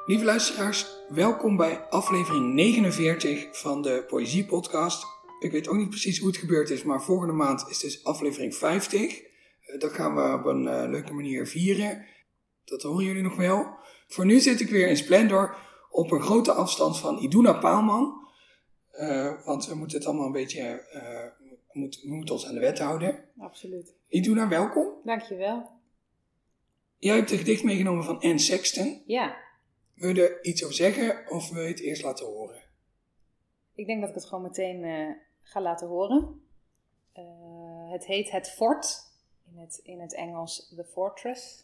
Lieve luisteraars, welkom bij aflevering 49 van de Poëzie Podcast. Ik weet ook niet precies hoe het gebeurd is, maar volgende maand is dus aflevering 50. Dat gaan we op een leuke manier vieren. Dat horen jullie nog wel. Voor nu zit ik weer in Splendor op een grote afstand van Iduna Paalman. Want we moeten het allemaal een beetje, we moeten ons aan de wet houden. Absoluut. Iduna, welkom. Dankjewel. Jij hebt een gedicht meegenomen van Anne Sexton. Ja. Wil je er iets over zeggen of wil je het eerst laten horen? Ik denk dat ik het gewoon meteen ga laten horen. Het heet Het Fort, in het Engels The Fortress.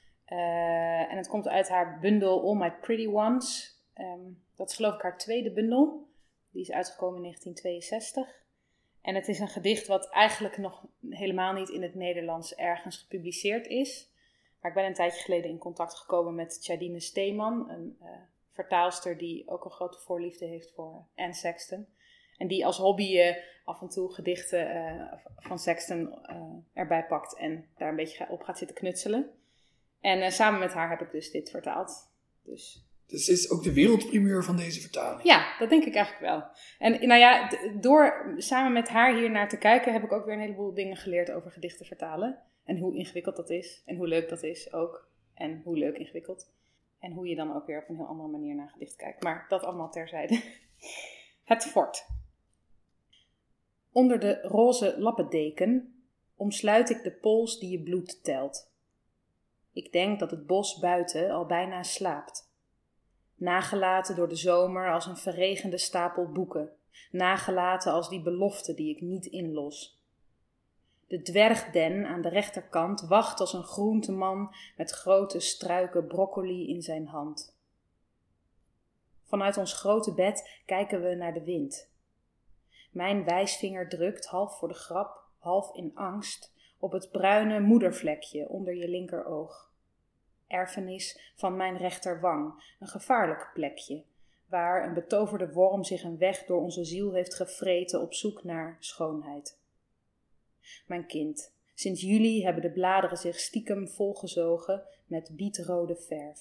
En het komt uit haar bundel All My Pretty Ones. Dat is geloof ik haar tweede bundel. Die is uitgekomen in 1962. En het is een gedicht wat eigenlijk nog helemaal niet in het Nederlands ergens gepubliceerd is. Maar ik ben een tijdje geleden in contact gekomen met Tjadine Steeman, een vertaalster die ook een grote voorliefde heeft voor Anne Sexton. En die als hobby af en toe gedichten van Sexton erbij pakt en daar een beetje op gaat zitten knutselen. En samen met haar heb ik dus dit vertaald. Dus dit is ook de wereldprimeur van deze vertaling. Ja, dat denk ik eigenlijk wel. En nou ja, door samen met haar hier naar te kijken heb ik ook weer een heleboel dingen geleerd over gedichten vertalen. En hoe ingewikkeld dat is. En hoe leuk dat is ook. En hoe leuk ingewikkeld. En hoe je dan ook weer op een heel andere manier naar een gedicht kijkt. Maar dat allemaal terzijde. Het fort. Onder de roze lappendeken omsluit ik de pols die je bloed telt. Ik denk dat het bos buiten al bijna slaapt. Nagelaten door de zomer als een verregende stapel boeken. Nagelaten als die belofte die ik niet inlos. De dwergden aan de rechterkant wacht als een groenteman met grote struiken broccoli in zijn hand. Vanuit ons grote bed kijken we naar de wind. Mijn wijsvinger drukt, half voor de grap, half in angst, op het bruine moedervlekje onder je linkeroog. Erfenis van mijn rechterwang, een gevaarlijk plekje, waar een betoverde worm zich een weg door onze ziel heeft gevreten op zoek naar schoonheid. Mijn kind, sinds juli hebben de bladeren zich stiekem volgezogen met bietrode verf.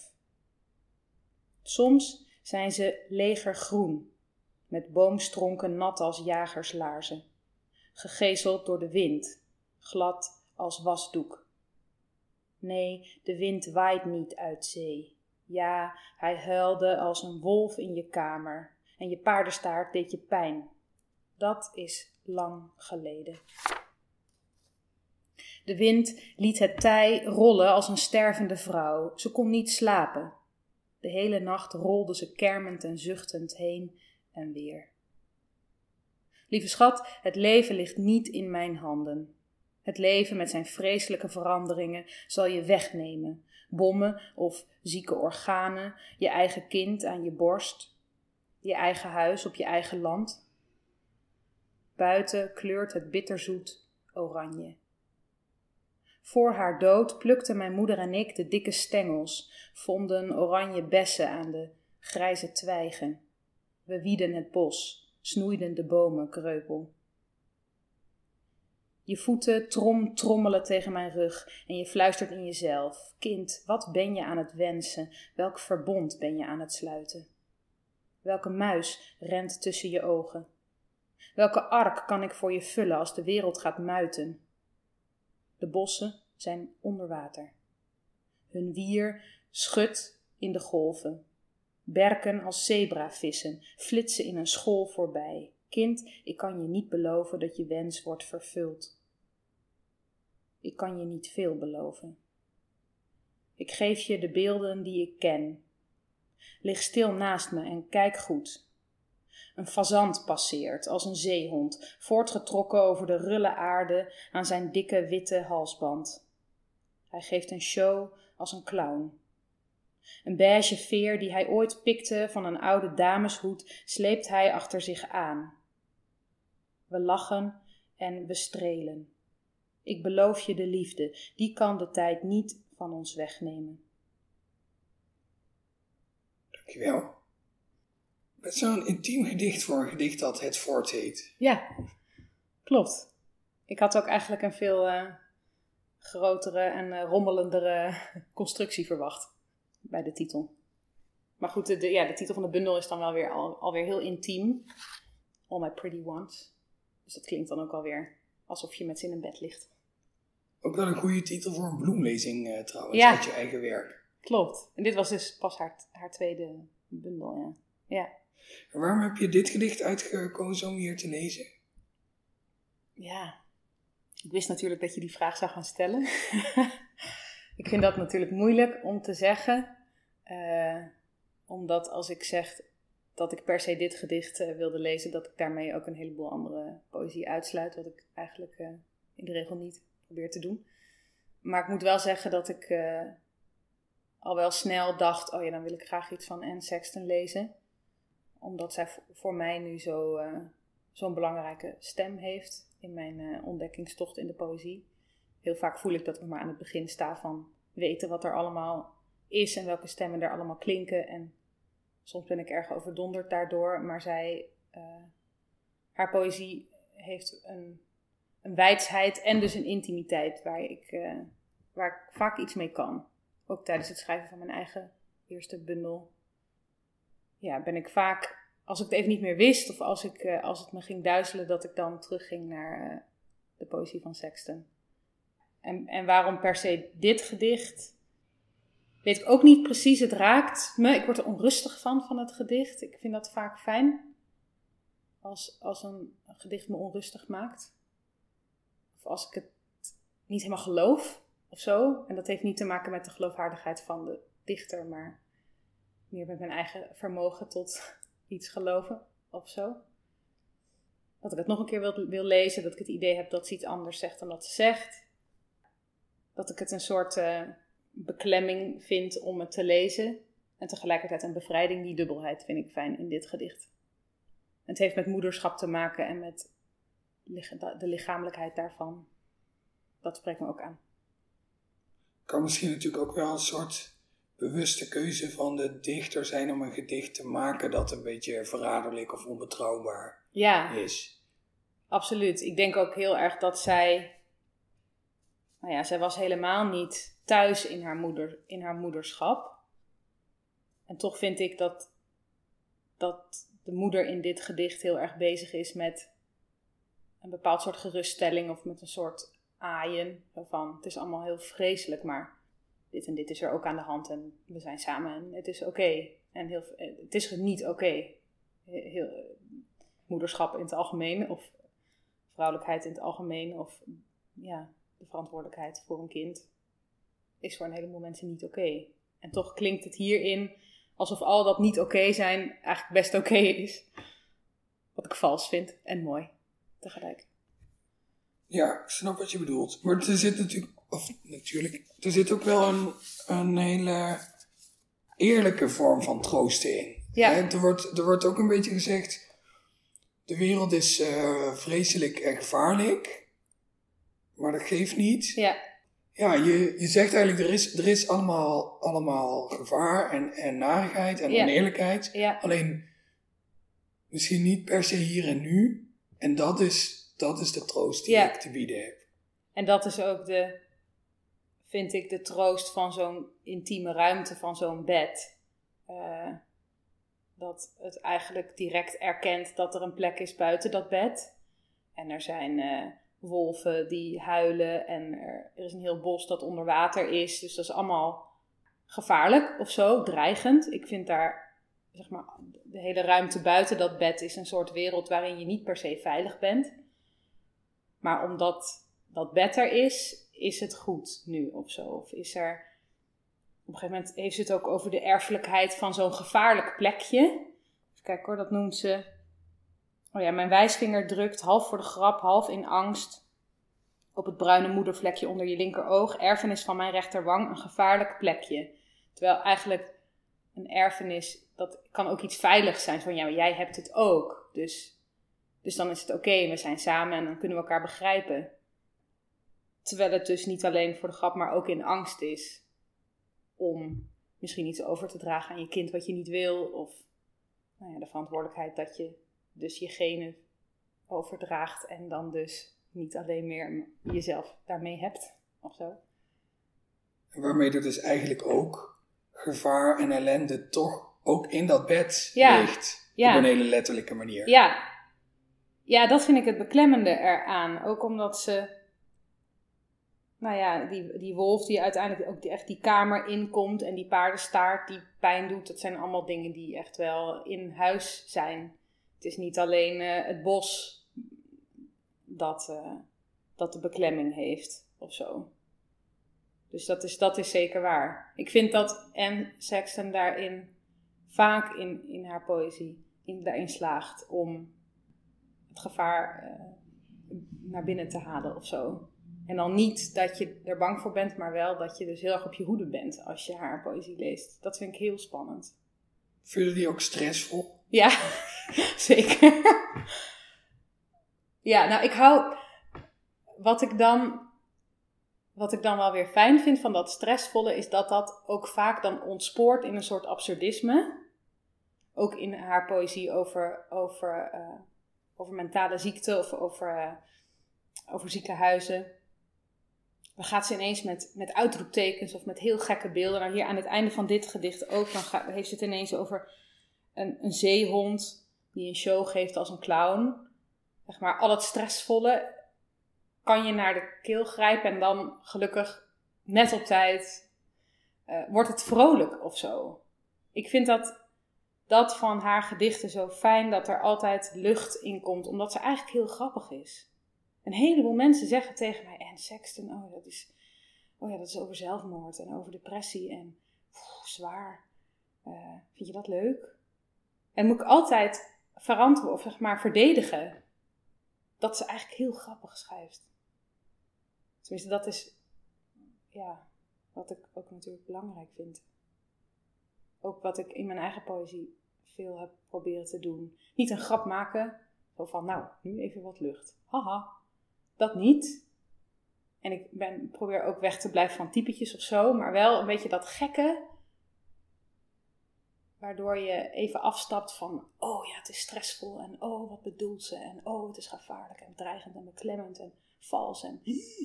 Soms zijn ze legergroen, met boomstronken nat als jagerslaarzen, gegezeld door de wind, glad als wasdoek. Nee, de wind waait niet uit zee. Ja, hij huilde als een wolf in je kamer en je paardenstaart deed je pijn. Dat is lang geleden. De wind liet het tij rollen als een stervende vrouw. Ze kon niet slapen. De hele nacht rolde ze kermend en zuchtend heen en weer. Lieve schat, het leven ligt niet in mijn handen. Het leven met zijn vreselijke veranderingen zal je wegnemen. Bommen of zieke organen, je eigen kind aan je borst, je eigen huis op je eigen land. Buiten kleurt het bitterzoet oranje. Voor haar dood plukten mijn moeder en ik de dikke stengels, vonden oranje bessen aan de grijze twijgen. We wieden het bos, snoeiden de bomen kreupel. Je voeten trommelen tegen mijn rug en je fluistert in jezelf. Kind, wat ben je aan het wensen? Welk verbond ben je aan het sluiten? Welke muis rent tussen je ogen? Welke ark kan ik voor je vullen als de wereld gaat muiten? De bossen zijn onder water. Hun wier schudt in de golven. Berken als zebravissen flitsen in een school voorbij. Kind, ik kan je niet beloven dat je wens wordt vervuld. Ik kan je niet veel beloven. Ik geef je de beelden die ik ken. Lig stil naast me en kijk goed. Een fazant passeert als een zeehond, voortgetrokken over de rulle aarde aan zijn dikke witte halsband. Hij geeft een show als een clown. Een beige veer die hij ooit pikte van een oude dameshoed sleept hij achter zich aan. We lachen en we strelen. Ik beloof je de liefde, die kan de tijd niet van ons wegnemen. Dankjewel. Met zo'n intiem gedicht voor een gedicht dat Het Fort heet. Ja, klopt. Ik had ook eigenlijk een veel grotere en rommelendere constructie verwacht bij de titel. Maar goed, de titel van de bundel is dan wel weer alweer heel intiem. All My Pretty Ones. Dus dat klinkt dan ook alweer alsof je met ze in een bed ligt. Ook wel een goede titel voor een bloemlezing trouwens, Ja. uit je eigen werk. Klopt. En dit was dus pas haar tweede bundel, ja. En waarom heb je dit gedicht uitgekozen om hier te lezen? Ja, ik wist natuurlijk dat je die vraag zou gaan stellen. Ik vind dat natuurlijk moeilijk om te zeggen. Omdat als ik zeg dat ik per se dit gedicht wilde lezen, dat ik daarmee ook een heleboel andere poëzie uitsluit. Wat ik eigenlijk in de regel niet probeer te doen. Maar ik moet wel zeggen dat ik al wel snel dacht, oh ja, dan wil ik graag iets van Anne Sexton lezen. Omdat zij voor mij nu zo'n belangrijke stem heeft in mijn ontdekkingstocht in de poëzie. Heel vaak voel ik dat ik nog maar aan het begin sta van weten wat er allemaal is en welke stemmen er allemaal klinken. En soms ben ik erg overdonderd daardoor, maar haar poëzie heeft een weidsheid en dus een intimiteit waar ik vaak iets mee kan. Ook tijdens het schrijven van mijn eigen eerste bundel. Ja, ben ik vaak, als ik het even niet meer wist of als het me ging duizelen, dat ik dan terugging naar de poëzie van Sexton. En waarom per se dit gedicht, weet ik ook niet precies. Het raakt me. Ik word er onrustig van het gedicht. Ik vind dat vaak fijn. Als een gedicht me onrustig maakt. Of als ik het niet helemaal geloof of zo. En dat heeft niet te maken met de geloofwaardigheid van de dichter, maar meer met mijn eigen vermogen tot iets geloven of zo. Dat ik het nog een keer wil lezen. Dat ik het idee heb dat ze iets anders zegt dan dat ze zegt. Dat ik het een soort beklemming vind om het te lezen. En tegelijkertijd een bevrijding. Die dubbelheid vind ik fijn in dit gedicht. Het heeft met moederschap te maken en met de lichamelijkheid daarvan. Dat spreekt me ook aan. Kan misschien natuurlijk ook wel een soort bewuste keuze van de dichter zijn om een gedicht te maken dat een beetje verraderlijk of onbetrouwbaar is. Absoluut. Ik denk ook heel erg dat zij was helemaal niet thuis in haar moederschap. En toch vind ik dat de moeder in dit gedicht heel erg bezig is met een bepaald soort geruststelling of met een soort aaien van het is allemaal heel vreselijk, maar dit en dit is er ook aan de hand en we zijn samen en het is oké. En het is niet oké. Moederschap in het algemeen of vrouwelijkheid in het algemeen of de verantwoordelijkheid voor een kind is voor een heleboel mensen niet oké. En toch klinkt het hierin alsof al dat niet oké zijn eigenlijk best oké is. Wat ik vals vind en mooi tegelijk. Ja, ik snap wat je bedoelt. Maar er zit er zit ook wel een hele eerlijke vorm van troosten in. Ja. Er wordt ook een beetje gezegd, de wereld is vreselijk en gevaarlijk, maar dat geeft niet. Ja. Ja, je zegt eigenlijk, er is allemaal gevaar en narigheid en oneerlijkheid. Ja. Alleen misschien niet per se hier en nu. En dat is de troost die ik te bieden heb. En dat is ook vind ik, de troost van zo'n intieme ruimte, van zo'n bed. Dat het eigenlijk direct erkent dat er een plek is buiten dat bed. En er zijn wolven die huilen en er is een heel bos dat onder water is. Dus dat is allemaal gevaarlijk of zo, dreigend. Ik vind daar, zeg maar, de hele ruimte buiten dat bed is een soort wereld waarin je niet per se veilig bent. Maar omdat dat bed er is het goed nu of zo. Of is er, op een gegeven moment heeft ze het ook over de erfelijkheid van zo'n gevaarlijk plekje. Even kijken hoor, dat noemt ze. Oh ja, mijn wijsvinger drukt half voor de grap, half in angst op het bruine moedervlekje onder je linkeroog. Erfenis van mijn rechterwang, een gevaarlijk plekje. Terwijl eigenlijk een erfenis, dat kan ook iets veiligs zijn. Van ja, maar jij hebt het ook. Dus dan is het oké, we zijn samen en dan kunnen we elkaar begrijpen. Terwijl het dus niet alleen voor de grap, maar ook in angst is. Om misschien iets over te dragen aan je kind wat je niet wil. Of de verantwoordelijkheid dat je dus je genen overdraagt. En dan dus niet alleen meer jezelf daarmee hebt. Of zo. Waarmee er dus eigenlijk ook gevaar en ellende toch ook in dat bed Ja. ligt. Ja. Op een hele letterlijke manier. Ja, dat vind ik het beklemmende eraan. Ook omdat ze, nou ja, die wolf die uiteindelijk ook echt die kamer inkomt en die paardenstaart die pijn doet, dat zijn allemaal dingen die echt wel in huis zijn. Het is niet alleen het bos dat de beklemming heeft of zo. Dus dat is zeker waar. Ik vind dat Anne Sexton daarin vaak in haar poëzie daarin slaagt om het gevaar naar binnen te halen of zo. En dan niet dat je er bang voor bent, maar wel dat je dus heel erg op je hoede bent als je haar poëzie leest. Dat vind ik heel spannend. Vind je die ook stressvol? Ja, zeker. Ja, nou ik hou... Wat ik dan wel weer fijn vind van dat stressvolle, is dat ook vaak dan ontspoort in een soort absurdisme. Ook in haar poëzie over mentale ziekte of over ziekenhuizen. Dan gaat ze ineens met uitroeptekens of met heel gekke beelden. Nou, hier aan het einde van dit gedicht ook, dan heeft ze het ineens over een zeehond die een show geeft als een clown. Zeg maar, al het stressvolle kan je naar de keel grijpen en dan gelukkig net op tijd wordt het vrolijk of zo. Ik vind dat van haar gedichten zo fijn, dat er altijd lucht in komt, omdat ze eigenlijk heel grappig is. Een heleboel mensen zeggen tegen mij, Anne Sexton, dat is over zelfmoord en over depressie en zwaar. Vind je dat leuk? En moet ik altijd verantwoorden of zeg maar verdedigen dat ze eigenlijk heel grappig schrijft. Tenminste, dat is wat ik ook natuurlijk belangrijk vind. Ook wat ik in mijn eigen poëzie veel heb proberen te doen. Niet een grap maken, zo van nou, nu even wat lucht. Haha, dat niet. En ik probeer ook weg te blijven van typetjes of zo, maar wel een beetje dat gekke, waardoor je even afstapt van, oh ja, het is stressvol en oh, wat bedoelt ze en oh, het is gevaarlijk en dreigend en beklemmend en vals en...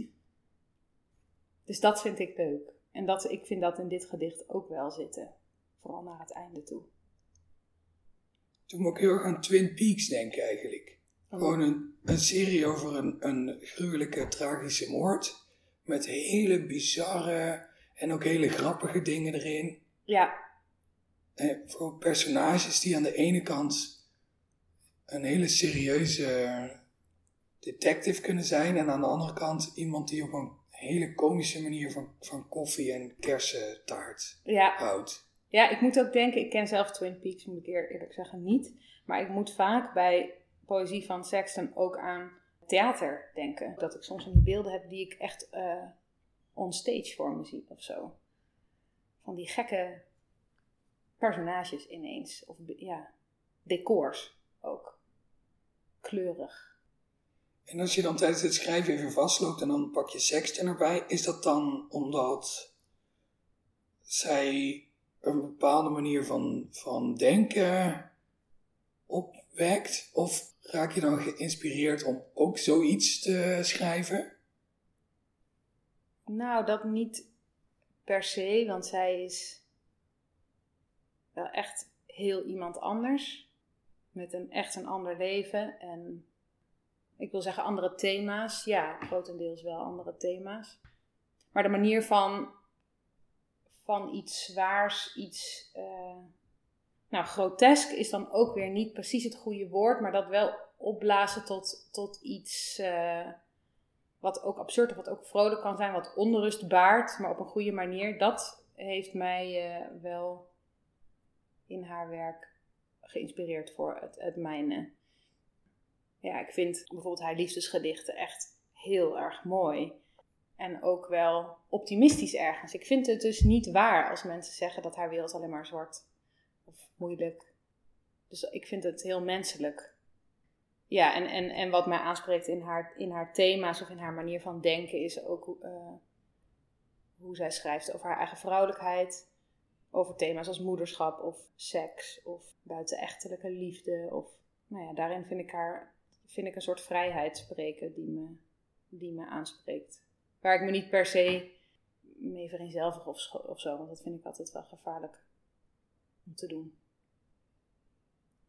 Dus dat vind ik leuk. En ik vind dat in dit gedicht ook wel zitten. Vooral naar het einde toe. Toen moet ik heel erg aan Twin Peaks denken eigenlijk. Gewoon een serie over een gruwelijke, tragische moord. Met hele bizarre en ook hele grappige dingen erin. Ja. Voor personages die aan de ene kant een hele serieuze detective kunnen zijn. En aan de andere kant iemand die op een hele komische manier van koffie en kersentaart houdt. Ja, ik moet ook denken, ik ken zelf Twin Peaks, moet ik eerlijk zeggen, niet. Maar ik moet vaak bij poëzie van Sexton ook aan theater denken. Dat ik soms van die beelden heb die ik echt on stage voor me zie of zo. Van die gekke personages ineens. Of decors ook. Kleurig. En als je dan tijdens het schrijven even vastloopt en dan pak je Sexton erbij, is dat dan omdat zij een bepaalde manier van denken opwekt? Of raak je dan geïnspireerd om ook zoiets te schrijven? Nou, dat niet per se, want zij is wel echt heel iemand anders. Met een ander leven en ik wil zeggen andere thema's. Ja, grotendeels wel andere thema's. Maar de manier van iets zwaars, iets grotesk is dan ook weer niet precies het goede woord, maar dat wel opblazen tot iets wat ook absurd of wat ook vrolijk kan zijn, wat onrust baart, maar op een goede manier. Dat heeft mij wel in haar werk geïnspireerd voor het mijne. Ja, ik vind bijvoorbeeld haar liefdesgedichten echt heel erg mooi. En ook wel optimistisch ergens. Ik vind het dus niet waar als mensen zeggen dat haar wereld alleen maar zwart of moeilijk. Dus ik vind het heel menselijk. Ja, en wat mij aanspreekt in haar thema's of in haar manier van denken is ook hoe zij schrijft over haar eigen vrouwelijkheid. Over thema's als moederschap of seks of buitenechtelijke liefde. Of, nou ja, daarin vind ik een soort vrijheid spreken die me aanspreekt. Waar ik me niet per se mee vereenzelvig of zo, want dat vind ik altijd wel gevaarlijk om te doen.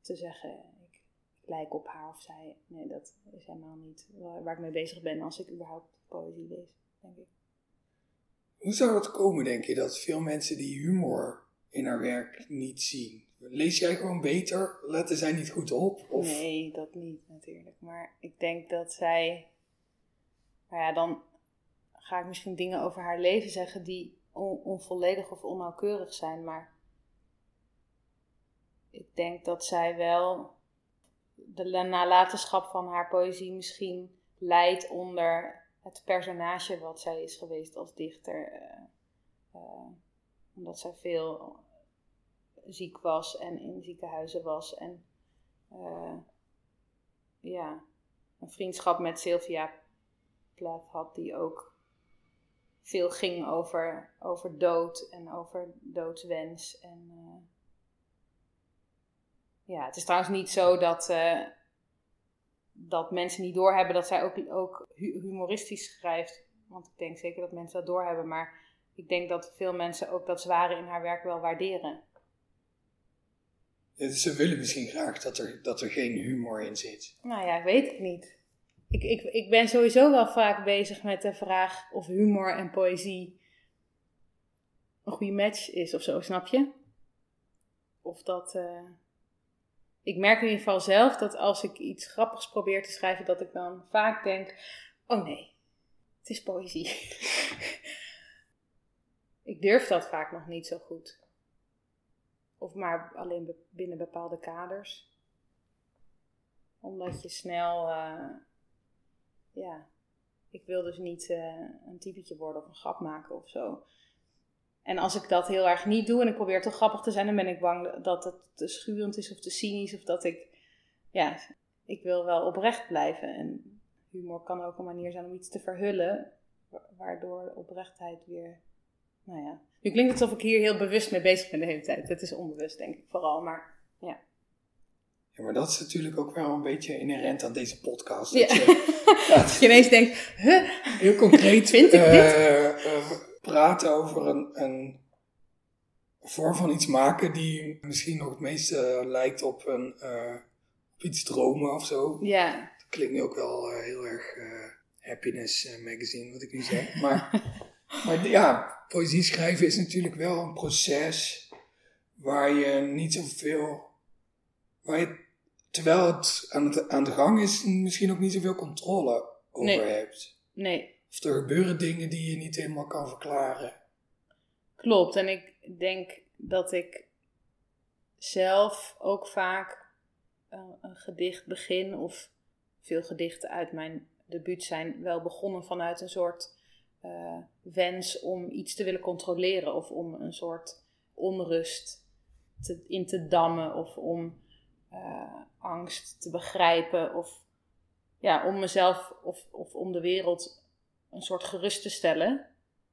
te zeggen, ik lijk op haar of zij. Nee, dat is helemaal niet waar ik mee bezig ben als ik überhaupt poëzie lees, denk ik. Hoe zou dat komen, denk je, dat veel mensen die humor in haar werk niet zien? Lees jij gewoon beter? Letten zij niet goed op? Of? Nee, dat niet natuurlijk. Maar ik denk dat zij... Nou ja, dan ga ik misschien dingen over haar leven zeggen die onvolledig of onnauwkeurig zijn. Maar ik denk dat zij wel de nalatenschap van haar poëzie misschien leidt onder het personage wat zij is geweest als dichter. Omdat zij veel ziek was en in ziekenhuizen was. En een vriendschap met Sylvia Plath had die ook veel ging over dood en over doodswens. En het is trouwens niet zo dat mensen niet doorhebben dat zij ook humoristisch schrijft. Want ik denk zeker dat mensen dat doorhebben. Maar ik denk dat veel mensen ook dat zware in haar werk wel waarderen. Ja, dus ze willen misschien graag dat er geen humor in zit. Nou ja, weet ik niet. Ik ben sowieso wel vaak bezig met de vraag of humor en poëzie een goede match is of zo, snap je? Of dat... Ik merk in ieder geval zelf dat als ik iets grappigs probeer te schrijven, dat ik dan vaak denk, oh nee, het is poëzie. Ik durf dat vaak nog niet zo goed. Of maar alleen binnen bepaalde kaders. Omdat je snel, ik wil dus niet een typetje worden of een grap maken of zo. En als ik dat heel erg niet doe en ik probeer toch grappig te zijn, dan ben ik bang dat het te schurend is of te cynisch. Of dat ik wil wel oprecht blijven. En humor kan ook een manier zijn om iets te verhullen, waardoor oprechtheid weer, Nu klinkt het alsof ik hier heel bewust mee bezig ben de hele tijd. Dat is onbewust, denk ik vooral, maar ja. Ja, maar dat is natuurlijk ook wel een beetje inherent aan deze podcast. Ja. Dat je ineens denkt, heel concreet vind ik dit? Praten over een vorm van iets maken die misschien nog het meeste lijkt op op iets dromen of zo. Ja. Dat klinkt nu ook wel heel erg happiness magazine wat ik nu zeg. Maar ja, poëzie schrijven is natuurlijk wel een proces waar je niet zoveel... terwijl het aan de gang is, misschien ook niet zoveel controle over hebt. Nee. Of er gebeuren dingen die je niet helemaal kan verklaren. Klopt, en ik denk dat ik zelf ook vaak een gedicht begin, of veel gedichten uit mijn debuut zijn wel begonnen vanuit een soort wens om iets te willen controleren, of om een soort onrust in te dammen, of om angst te begrijpen, of om mezelf of om de wereld een soort gerust te stellen.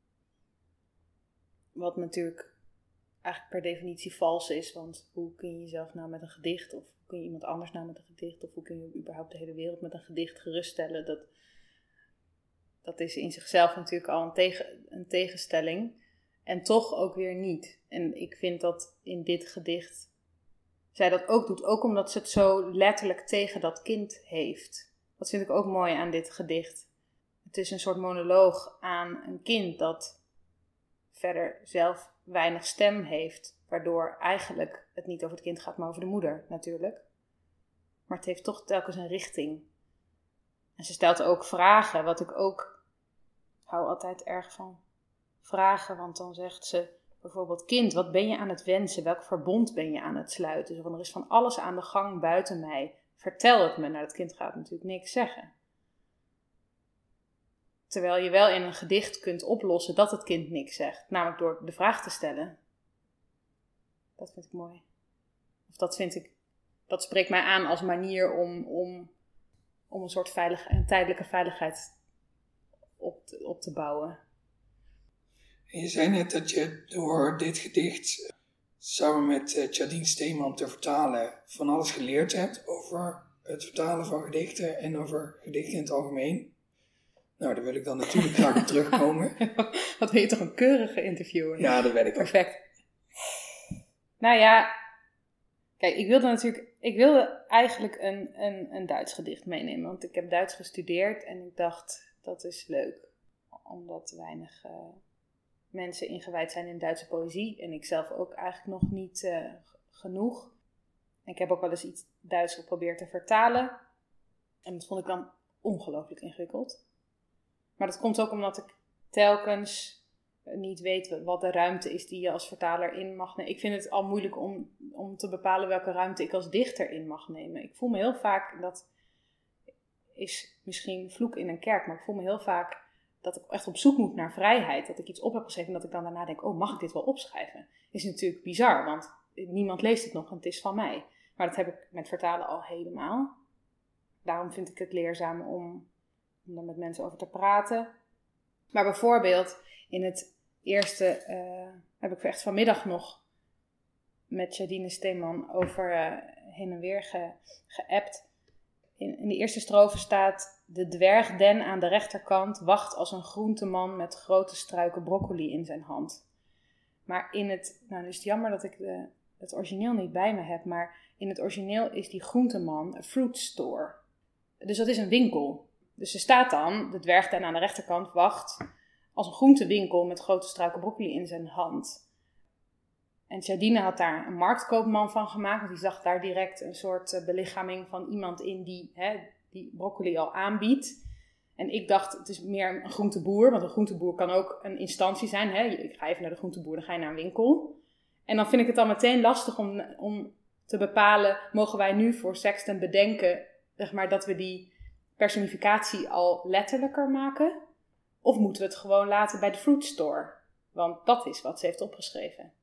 Wat natuurlijk eigenlijk per definitie vals is, want hoe kun je jezelf nou met een gedicht, of hoe kun je iemand anders nou met een gedicht, of hoe kun je überhaupt de hele wereld met een gedicht geruststellen? Dat is in zichzelf natuurlijk al een tegenstelling. En toch ook weer niet. En ik vind dat in dit gedicht zij dat ook doet, ook omdat ze het zo letterlijk tegen dat kind heeft. Dat vind ik ook mooi aan dit gedicht. Het is een soort monoloog aan een kind dat verder zelf weinig stem heeft, waardoor eigenlijk het niet over het kind gaat, maar over de moeder natuurlijk. Maar het heeft toch telkens een richting. En ze stelt ook vragen, wat ik ook hou altijd erg van vragen, want dan zegt ze bijvoorbeeld, kind, wat ben je aan het wensen? Welk verbond ben je aan het sluiten? Zo van, er is van alles aan de gang buiten mij. Vertel het me. Nou, dat kind gaat natuurlijk niks zeggen. Terwijl je wel in een gedicht kunt oplossen dat het kind niks zegt. Namelijk door de vraag te stellen. Dat vind ik mooi. Of dat spreekt mij aan als manier om een soort een tijdelijke veiligheid op te bouwen. En je zei net dat je door dit gedicht samen met Tjadien Steeman te vertalen van alles geleerd hebt over het vertalen van gedichten en over gedichten in het algemeen. Nou, daar wil ik dan natuurlijk graag op terugkomen. Wat ben je toch een keurige interviewer? Ja, dat ben ik. Perfect. Nou ja, kijk, ik wilde natuurlijk Ik wilde eigenlijk een Duits gedicht meenemen. Want ik heb Duits gestudeerd en ik dacht, dat is leuk. Omdat weinig mensen ingewijd zijn in Duitse poëzie. En ik zelf ook eigenlijk nog niet genoeg. Ik heb ook wel eens iets Duits geprobeerd te vertalen. En dat vond ik dan ongelooflijk ingewikkeld. Maar dat komt ook omdat ik telkens niet weet wat de ruimte is die je als vertaler in mag nemen. Ik vind het al moeilijk om te bepalen welke ruimte ik als dichter in mag nemen. Ik voel me heel vaak, dat is misschien vloek in een kerk, maar ik voel me heel vaak dat ik echt op zoek moet naar vrijheid. Dat ik iets op heb geschreven en dat ik dan daarna denk, oh, mag ik dit wel opschrijven? Is natuurlijk bizar, want niemand leest het nog en het is van mij. Maar dat heb ik met vertalen al helemaal. Daarom vind ik het leerzaam om er met mensen over te praten. Maar bijvoorbeeld in het eerste heb ik echt vanmiddag nog met Jadine Steeman over heen en weer geappt. In de eerste strofe staat: de dwergden aan de rechterkant wacht als een groenteman met grote struiken broccoli in zijn hand. Maar in het, nou is het jammer dat ik het origineel niet bij me heb, maar in het origineel is die groenteman een fruit store. Dus dat is een winkel. Dus er staat dan, de dwergden aan de rechterkant wacht als een groentewinkel met grote struiken broccoli in zijn hand. En Jadine had daar een marktkoopman van gemaakt, want die zag daar direct een soort belichaming van iemand in die broccoli al aanbiedt. En ik dacht, het is meer een groenteboer, want een groenteboer kan ook een instantie zijn. Hè? Ik ga even naar de groenteboer, dan ga je naar een winkel. En dan vind ik het dan meteen lastig om te bepalen, mogen wij nu voor Sexten bedenken, zeg maar, dat we die personificatie al letterlijker maken? Of moeten we het gewoon laten bij de fruit store? Want dat is wat ze heeft opgeschreven.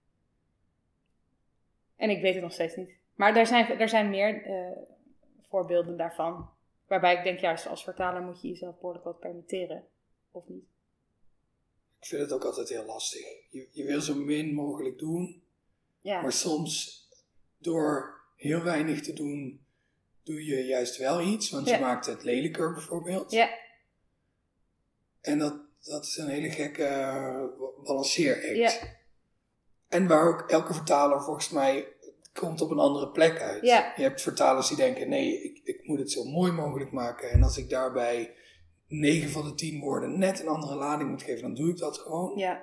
En ik weet het nog steeds niet. Maar er zijn meer voorbeelden daarvan. Waarbij ik denk, juist als vertaler moet je jezelf behoorlijk wat permitteren. Of niet? Ik vind het ook altijd heel lastig. Je wil zo min mogelijk doen. Ja. Maar soms door heel weinig te doen, doe je juist wel iets. Want je maakt het lelijker bijvoorbeeld. Ja. En dat is een hele gekke balanceeract. Ja. En waar ook elke vertaler volgens mij komt op een andere plek uit. Ja. Je hebt vertalers die denken, nee, ik moet het zo mooi mogelijk maken. En als ik daarbij 9 van de 10 woorden net een andere lading moet geven, dan doe ik dat gewoon. Ja.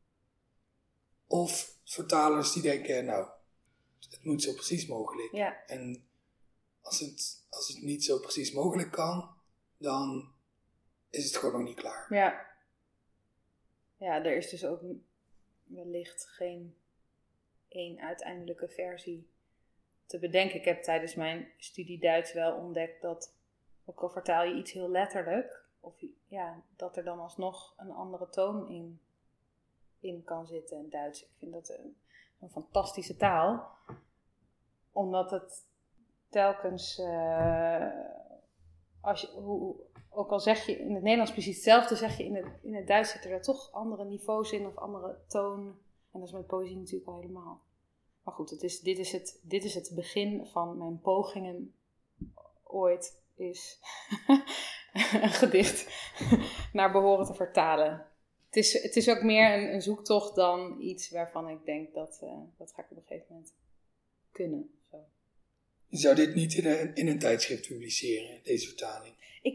Of vertalers die denken, nou, het moet zo precies mogelijk. Ja. En als het niet zo precies mogelijk kan, dan is het gewoon nog niet klaar. Ja. Ja, er is dus ook wellicht geen één uiteindelijke versie te bedenken. Ik heb tijdens mijn studie Duits wel ontdekt dat, ook al vertaal je iets heel letterlijk, dat er dan alsnog een andere toon in kan zitten in Duits. Ik vind dat een fantastische taal. Omdat het telkens, ook al zeg je in het Nederlands precies hetzelfde, zeg je in het Duits zitten er toch andere niveaus in of andere toon. En dat is met poëzie natuurlijk al helemaal. Maar goed, dit is het begin van mijn pogingen ooit is een gedicht naar behoren te vertalen. Het is ook meer een zoektocht dan iets waarvan ik denk dat ga ik op een gegeven moment kunnen. Zo. Je zou dit niet in een tijdschrift publiceren, deze vertaling?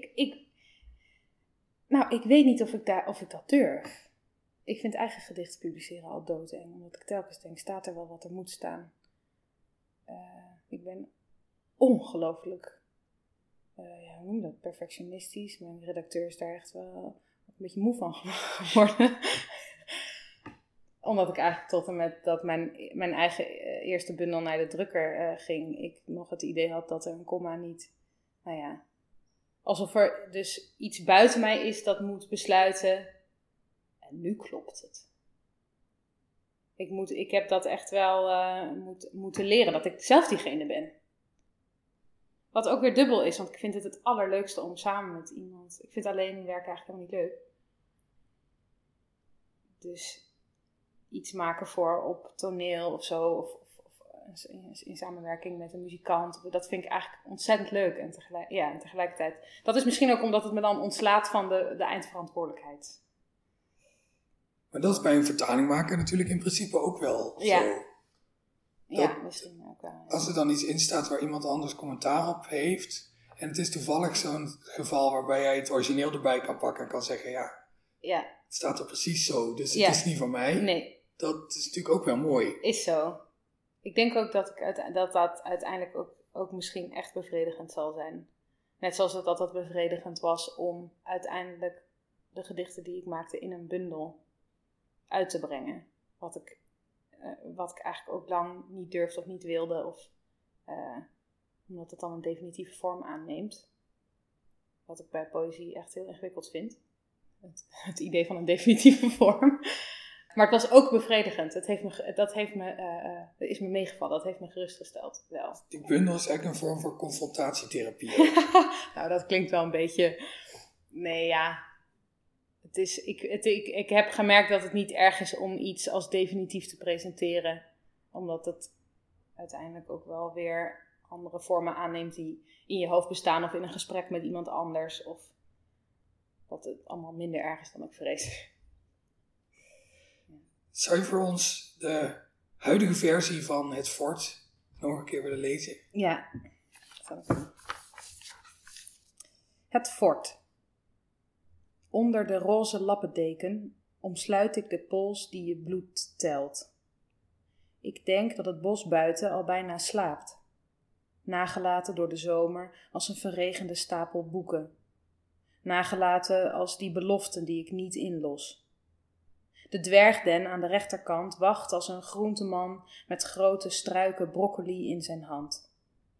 Ik weet niet of ik dat durf. Ik vind eigen gedichten publiceren al doodeng. Omdat ik telkens denk, staat er wel wat er moet staan. Ik ben ongelooflijk, hoe noem je dat, perfectionistisch. Mijn redacteur is daar echt wel een beetje moe van geworden. Omdat ik eigenlijk tot en met dat mijn eigen eerste bundel naar de drukker ging, ik nog het idee had dat er een komma niet, alsof er dus iets buiten mij is dat moet besluiten. En nu klopt het. Ik heb dat echt wel moeten leren, dat ik zelf diegene ben. Wat ook weer dubbel is, want ik vind het allerleukste om samen met iemand. Ik vind alleen werken eigenlijk helemaal niet leuk. Dus iets maken voor op toneel of zo, of in samenwerking met een muzikant. Dat vind ik eigenlijk ontzettend leuk. En tegelijkertijd, dat is misschien ook omdat het me dan ontslaat van de eindverantwoordelijkheid. Maar dat is bij een vertaling maken natuurlijk in principe ook wel zo. misschien ook wel. Als er dan iets in staat waar iemand anders commentaar op heeft, en het is toevallig zo'n geval waarbij jij het origineel erbij kan pakken en kan zeggen, het staat er precies zo, dus het is niet van mij. Nee. Dat is natuurlijk ook wel mooi. Is zo. Ik denk ook dat uiteindelijk ook misschien echt bevredigend zal zijn. Net zoals het altijd bevredigend was om uiteindelijk de gedichten die ik maakte in een bundel uit te brengen. Wat ik eigenlijk ook lang niet durfde of niet wilde. Omdat het dan een definitieve vorm aanneemt. Wat ik bij poëzie echt heel ingewikkeld vind. Het idee van een definitieve vorm. Maar het was ook bevredigend. Dat is me meegevallen. Dat heeft me gerustgesteld. Wel. Die bundel is eigenlijk een vorm van confrontatietherapie. Nou, dat klinkt wel een beetje... Nee, ja. Ik heb gemerkt dat het niet erg is om iets als definitief te presenteren. Omdat het uiteindelijk ook wel weer andere vormen aanneemt die in je hoofd bestaan. Of in een gesprek met iemand anders. Of dat het allemaal minder erg is dan ik vrees. Zou je voor ons de huidige versie van Het Fort nog een keer willen lezen? Ja. Het Fort. Onder de roze lappendeken omsluit ik de pols die je bloed telt. Ik denk dat het bos buiten al bijna slaapt. Nagelaten door de zomer als een verregende stapel boeken. Nagelaten als die beloften die ik niet inlos. De dwergden aan de rechterkant wacht als een groenteman met grote struiken broccoli in zijn hand.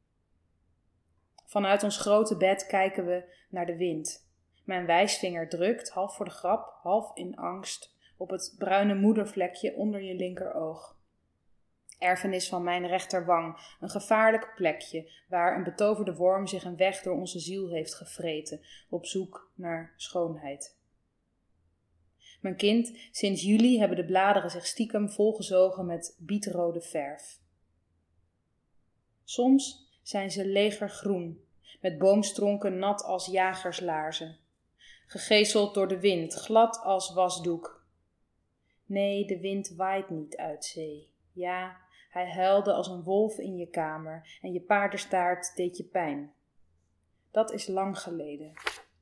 Vanuit ons grote bed kijken we naar de wind. Mijn wijsvinger drukt, half voor de grap, half in angst, op het bruine moedervlekje onder je linkeroog. Erfenis van mijn rechterwang, een gevaarlijk plekje waar een betoverde worm zich een weg door onze ziel heeft gevreten, op zoek naar schoonheid. Mijn kind, sinds juli hebben de bladeren zich stiekem volgezogen met bietrode verf. Soms zijn ze legergroen, met boomstronken nat als jagerslaarzen. Gegezeld door de wind, glad als wasdoek. Nee, de wind waait niet uit zee. Ja, hij huilde als een wolf in je kamer en je paardenstaart deed je pijn. Dat is lang geleden.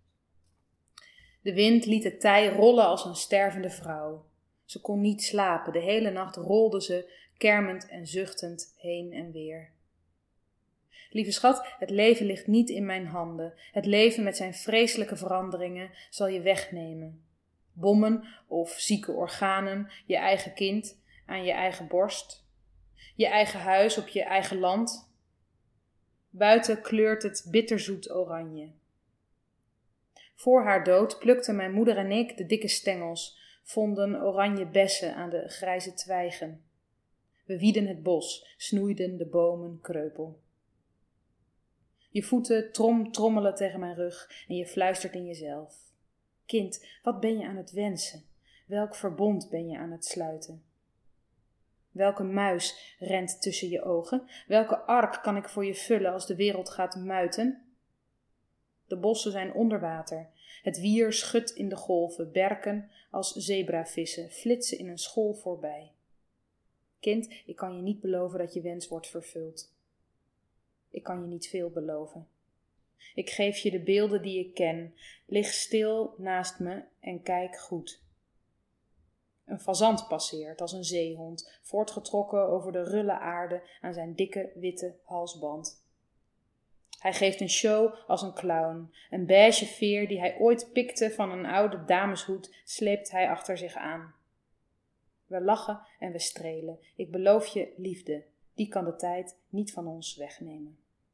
De wind liet het tij rollen als een stervende vrouw. Ze kon niet slapen, de hele nacht rolde ze, kermend en zuchtend, heen en weer. Lieve schat, het leven ligt niet in mijn handen. Het leven met zijn vreselijke veranderingen zal je wegnemen. Bommen of zieke organen, je eigen kind aan je eigen borst. Je eigen huis op je eigen land. Buiten kleurt het bitterzoet oranje. Voor haar dood plukten mijn moeder en ik de dikke stengels, vonden oranje bessen aan de grijze twijgen. We wieden het bos, snoeiden de bomen kreupel. Je voeten trommelen tegen mijn rug en je fluistert in jezelf. Kind, wat ben je aan het wensen? Welk verbond ben je aan het sluiten? Welke muis rent tussen je ogen? Welke ark kan ik voor je vullen als de wereld gaat muiten? De bossen zijn onder water. Het wier schudt in de golven, berken als zebravissen, flitsen in een school voorbij. Kind, ik kan je niet beloven dat je wens wordt vervuld. Ik kan je niet veel beloven. Ik geef je de beelden die ik ken. Lig stil naast me en kijk goed. Een fazant passeert als een zeehond, voortgetrokken over de rulle aarde aan zijn dikke witte halsband. Hij geeft een show als een clown. Een beige veer die hij ooit pikte van een oude dameshoed sleept hij achter zich aan. We lachen en we strelen. Ik beloof je liefde. Die kan de tijd niet van ons wegnemen.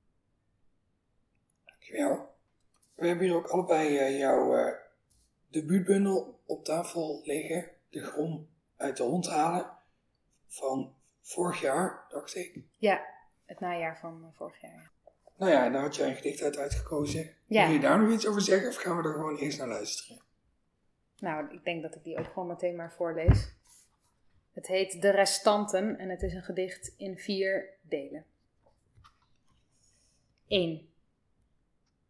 Dankjewel. We hebben hier ook allebei jouw debuutbundel op tafel liggen. De Grom uit de hond halen. Van vorig jaar, dacht ik. Ja, het najaar van vorig jaar. Nou ja, daar had jij een gedicht uit uitgekozen. Ja. Wil je daar nog iets over zeggen of gaan we er gewoon eerst naar luisteren? Nou, ik denk dat ik die ook gewoon meteen maar voorlees. Het heet De Restanten en het is een gedicht in 4 delen. 1.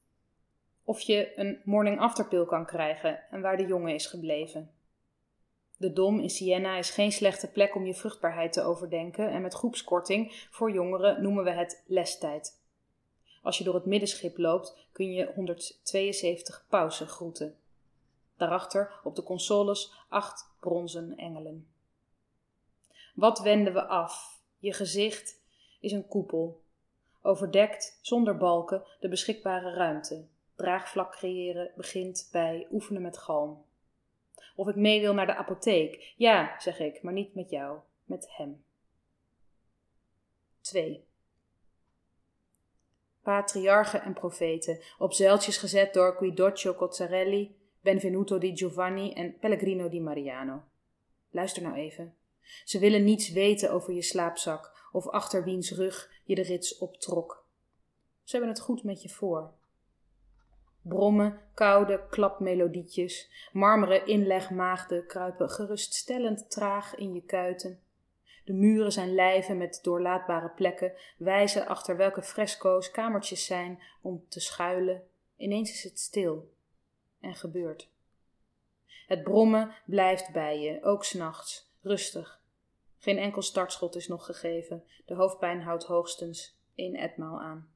Of je een morning after pill kan krijgen en waar de jongen is gebleven. De Dom in Siena is geen slechte plek om je vruchtbaarheid te overdenken en met groepskorting voor jongeren noemen we het lestijd. Als je door het middenschip loopt kun je 172 pausen groeten. Daarachter op de consoles 8 bronzen engelen. Wat wenden we af? Je gezicht is een koepel. Overdekt, zonder balken, de beschikbare ruimte. Draagvlak creëren begint bij oefenen met galm. Of ik mee wil naar de apotheek. Ja, zeg ik, maar niet met jou, met hem. 2. Patriarchen en profeten, op zeiltjes gezet door Guidoccio Cozzarelli, Benvenuto di Giovanni en Pellegrino di Mariano. Luister nou even. Ze willen niets weten over je slaapzak of achter wiens rug je de rits optrok. Ze hebben het goed met je voor. Brommen, koude klapmelodietjes, marmeren inlegmaagden kruipen geruststellend traag in je kuiten. De muren zijn lijven met doorlaatbare plekken, wijzen achter welke fresco's kamertjes zijn om te schuilen. Ineens is het stil en gebeurt. Het brommen blijft bij je, ook 's nachts, rustig. Geen enkel startschot is nog gegeven, de hoofdpijn houdt hoogstens 1 etmaal aan.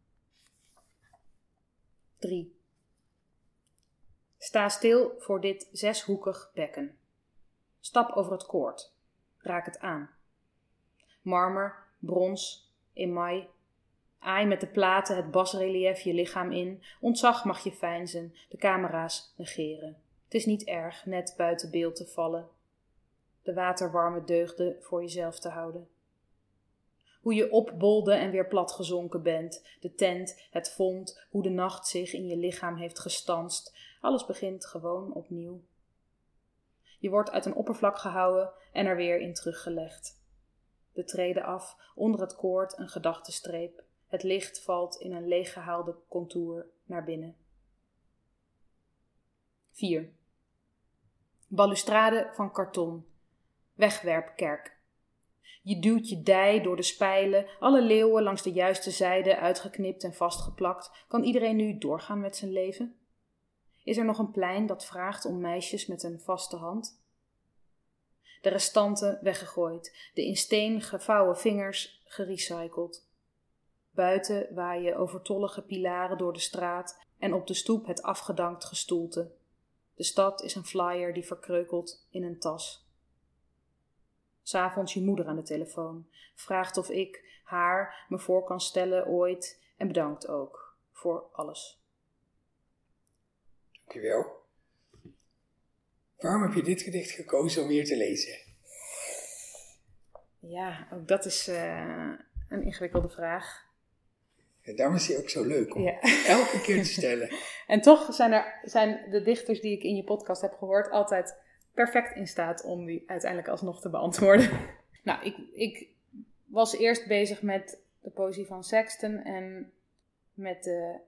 3. Sta stil voor dit 6-hoekig bekken. Stap over het koord. Raak het aan. Marmer, brons, email. Aai met de platen het basrelief je lichaam in. Ontzag mag je veinzen, de camera's negeren. Het is niet erg net buiten beeld te vallen. De waterwarme deugden voor jezelf te houden. Hoe je opbolde en weer platgezonken bent. De tent, het vond, hoe de nacht zich in je lichaam heeft gestanst. Alles begint gewoon opnieuw. Je wordt uit een oppervlak gehouden en er weer in teruggelegd. De treden af, onder het koord een gedachtenstreep. Het licht valt in een leeggehaalde contour naar binnen. 4. Balustrade van karton. Wegwerpkerk. Je duwt je dij door de spijlen, alle leeuwen langs de juiste zijde uitgeknipt en vastgeplakt. Kan iedereen nu doorgaan met zijn leven? Is er nog een plein dat vraagt om meisjes met een vaste hand? De restanten weggegooid, de in steen gevouwen vingers gerecycled. Buiten waaien overtollige pilaren door de straat en op de stoep het afgedankt gestoelte. De stad is een flyer die verkreukelt in een tas. 'S Avonds je moeder aan de telefoon, vraagt of ik haar me voor kan stellen ooit en bedankt ook voor alles. Dankjewel. Waarom heb je dit gedicht gekozen om hier te lezen? Ja, ook dat is een ingewikkelde vraag. Ja, daarom is hij ook zo leuk om Ja. elke keer te stellen. En toch zijn de dichters die ik in je podcast heb gehoord altijd perfect in staat om die uiteindelijk alsnog te beantwoorden. Nou, ik was eerst bezig met de poëzie van Sexton en met de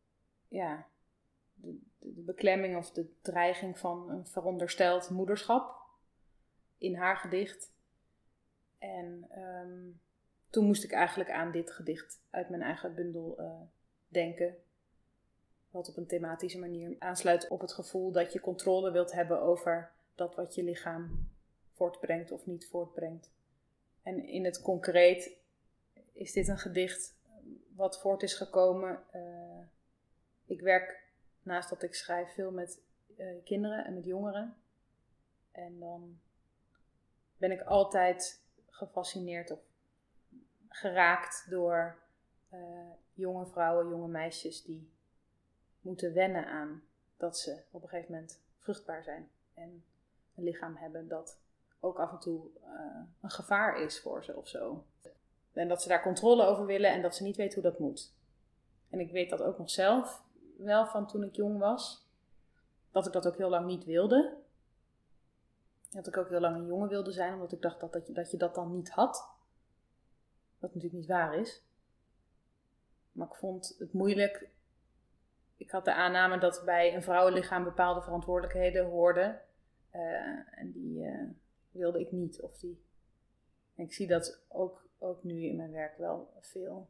beklemming of de dreiging van een verondersteld moederschap in haar gedicht. En toen moest ik eigenlijk aan dit gedicht uit mijn eigen bundel denken. Wat op een thematische manier aansluit op het gevoel dat je controle wilt hebben over dat wat je lichaam voortbrengt of niet voortbrengt. En in het concreet is dit een gedicht wat voort is gekomen. Ik werk, naast dat ik schrijf, veel met kinderen en met jongeren. En dan ben ik altijd gefascineerd of geraakt door jonge vrouwen, jonge meisjes die moeten wennen aan dat ze op een gegeven moment vruchtbaar zijn. En een lichaam hebben dat ook af en toe een gevaar is voor ze of zo. En dat ze daar controle over willen en dat ze niet weten hoe dat moet. En ik weet dat ook nog zelf wel van toen ik jong was. Dat ik dat ook heel lang niet wilde. Dat ik ook heel lang een jongen wilde zijn, omdat ik dacht dat je dat dan niet had. Wat natuurlijk niet waar is. Maar ik vond het moeilijk. Ik had de aanname dat bij een vrouwenlichaam bepaalde verantwoordelijkheden hoorden. En die wilde ik niet. En ik zie dat ook nu in mijn werk wel veel.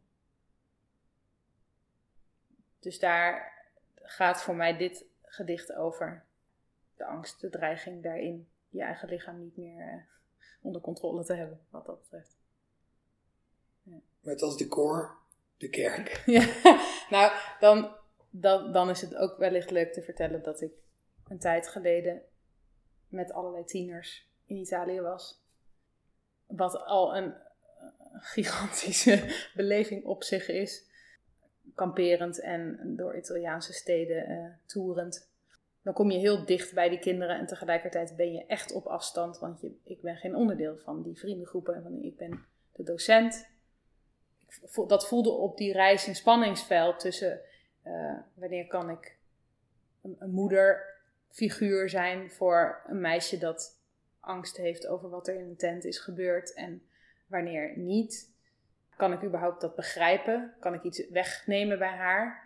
Dus daar gaat voor mij dit gedicht over. De angst, de dreiging daarin. je eigen lichaam niet meer onder controle te hebben, wat dat betreft. Ja. Met als decor de kerk. Ja, nou, dan is het ook wellicht leuk te vertellen dat ik een tijd geleden met allerlei tieners in Italië was. Wat al een gigantische beleving op zich is. Kamperend en door Italiaanse steden toerend. Dan kom je heel dicht bij die kinderen en tegelijkertijd ben je echt op afstand. Want ik ben geen onderdeel van die vriendengroepen. Ik ben de docent. Dat voelde op die reis een spanningsveld tussen wanneer kan ik een moederfiguur zijn voor een meisje dat angst heeft over wat er in een tent is gebeurd en wanneer niet. Kan ik überhaupt dat begrijpen? Kan ik iets wegnemen bij haar?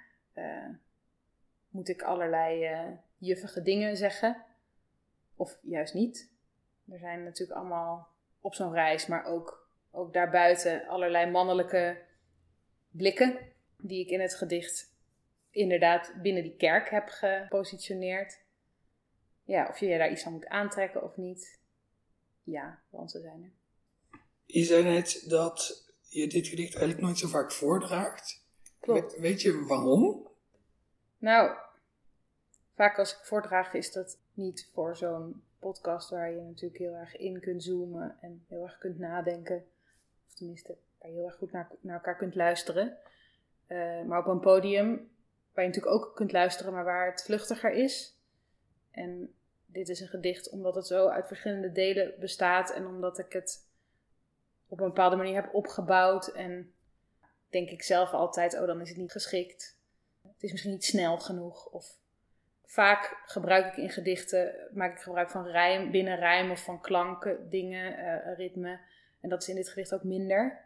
Moet ik allerlei juffige dingen zeggen? Of juist niet? Er zijn natuurlijk allemaal op zo'n reis, maar ook daarbuiten allerlei mannelijke blikken die ik in het gedicht inderdaad binnen die kerk heb gepositioneerd. Ja, of je daar iets van moet aantrekken of niet. Ja, want ze zijn er. Je zei net dat je dit gedicht eigenlijk nooit zo vaak voordraagt. Klopt. Weet je waarom? Nou, vaak als ik voordraag is dat niet voor zo'n podcast waar je natuurlijk heel erg in kunt zoomen en heel erg kunt nadenken. Of tenminste, waar je heel erg goed naar elkaar kunt luisteren. Maar op een podium waar je natuurlijk ook kunt luisteren, maar waar het vluchtiger is. En dit is een gedicht omdat het zo uit verschillende delen bestaat en omdat ik het op een bepaalde manier heb opgebouwd. En denk ik zelf altijd, dan is het niet geschikt. Het is misschien niet snel genoeg. Of vaak gebruik ik in gedichten, maak ik gebruik van rijm, binnenrijm of van klanken, dingen, ritme. En dat is in dit gedicht ook minder.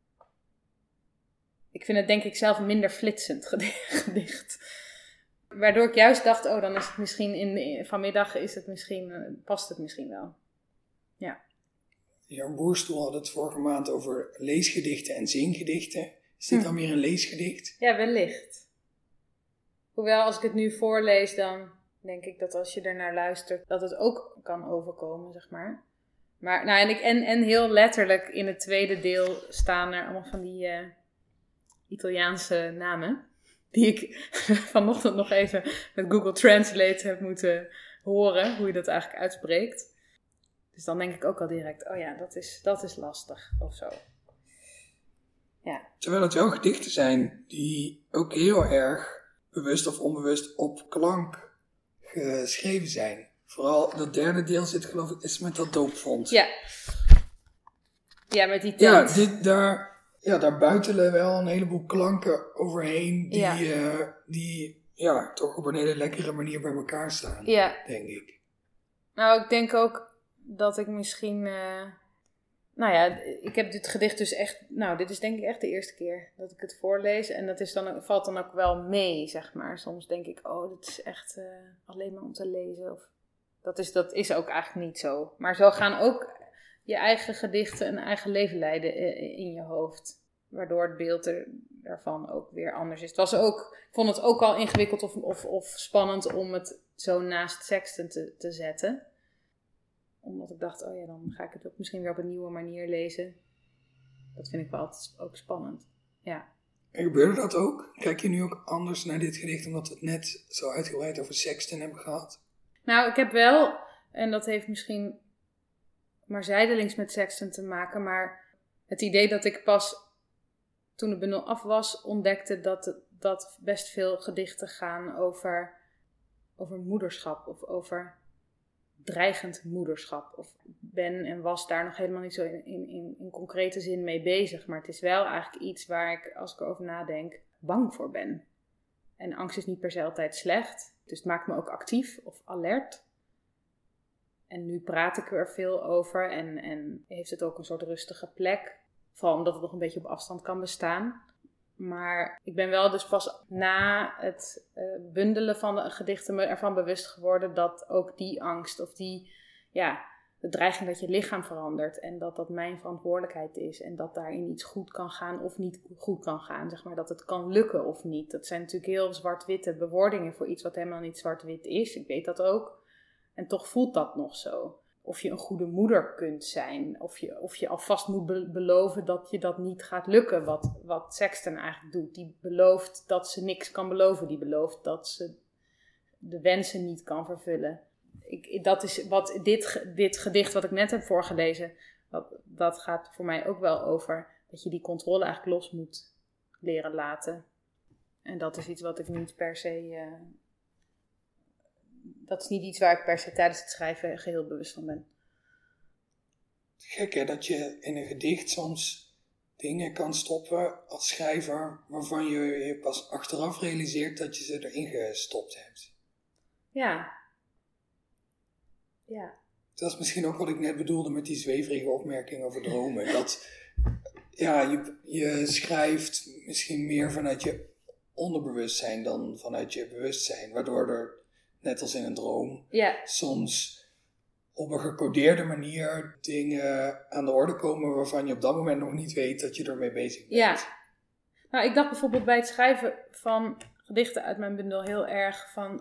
Ik vind het denk ik zelf een minder flitsend gedicht. Waardoor ik juist dacht, dan is het misschien vanmiddag past het misschien wel. Ja. Jan Boerstoel had het vorige maand over leesgedichten en zingedichten. Is dit dan weer een leesgedicht? Ja, wellicht. Hoewel als ik het nu voorlees, dan denk ik dat als je ernaar luistert, dat het ook kan overkomen, zeg maar. Maar en heel letterlijk in het tweede deel staan er allemaal van die Italiaanse namen. Die ik vanochtend nog even met Google Translate heb moeten horen, hoe je dat eigenlijk uitspreekt. Dus dan denk ik ook al direct, dat is lastig of zo. Ja. Terwijl het wel gedichten zijn die ook heel erg bewust of onbewust op klank geschreven zijn. Vooral dat derde deel zit geloof ik is met dat doopvond. Ja. Ja, met die tent. Daar buitelen wel een heleboel klanken overheen die toch op een hele lekkere manier bij elkaar staan, denk ik. Nou, ik denk ook dat ik misschien... ik heb dit gedicht dus echt... Nou, dit is denk ik echt de eerste keer dat ik het voorlees. En dat valt dan ook wel mee, zeg maar. Soms denk ik, dit is echt alleen maar om te lezen. Of, dat is ook eigenlijk niet zo. Maar zo gaan ook je eigen gedichten een eigen leven leiden in je hoofd. Waardoor het beeld daarvan ook weer anders is. Ik vond het ook al ingewikkeld of spannend om het zo naast Sexton te zetten. Omdat ik dacht, dan ga ik het ook misschien weer op een nieuwe manier lezen. Dat vind ik wel altijd ook spannend. Ja. En gebeurde dat ook? Kijk je nu ook anders naar dit gedicht omdat we het net zo uitgebreid over Sexton hebben gehad? Nou, ik heb wel, en dat heeft misschien maar zijdelings met Sexton te maken, maar het idee dat ik pas toen de bundel af was ontdekte dat best veel gedichten gaan over moederschap of over dreigend moederschap. Of ben en was daar nog helemaal niet zo in concrete zin mee bezig. Maar het is wel eigenlijk iets waar ik, als ik erover nadenk, bang voor ben. En angst is niet per se altijd slecht. Dus het maakt me ook actief of alert. En nu praat ik er veel over en heeft het ook een soort rustige plek. Vooral omdat het nog een beetje op afstand kan bestaan. Maar ik ben wel dus pas na het bundelen van de gedichten me ervan bewust geworden dat ook die angst of de dreiging dat je lichaam verandert. En dat mijn verantwoordelijkheid is. En dat daarin iets goed kan gaan of niet goed kan gaan. Zeg maar dat het kan lukken of niet. Dat zijn natuurlijk heel zwart-witte bewoordingen voor iets wat helemaal niet zwart-wit is. Ik weet dat ook. En toch voelt dat nog zo. of je een goede moeder kunt zijn. Of je alvast moet beloven dat je dat niet gaat lukken. Wat Sexton eigenlijk doet. Die belooft dat ze niks kan beloven. Die belooft dat ze de wensen niet kan vervullen. Dat is wat dit gedicht wat ik net heb voorgelezen. Dat gaat voor mij ook wel over dat je die controle eigenlijk los moet leren laten. En dat is iets wat ik niet per se... dat is niet iets waar ik per se tijdens het schrijven geheel bewust van ben. Gek hè, dat je in een gedicht soms dingen kan stoppen als schrijver waarvan je pas achteraf realiseert dat je ze erin gestopt hebt. Ja. Dat is misschien ook wat ik net bedoelde met die zweverige opmerking over dromen. Dat je schrijft misschien meer vanuit je onderbewustzijn dan vanuit je bewustzijn. Waardoor er, net als in een droom, soms op een gecodeerde manier dingen aan de orde komen waarvan je op dat moment nog niet weet dat je ermee bezig bent. Ja. Nou, ik dacht bijvoorbeeld bij het schrijven van gedichten uit mijn bundel heel erg van,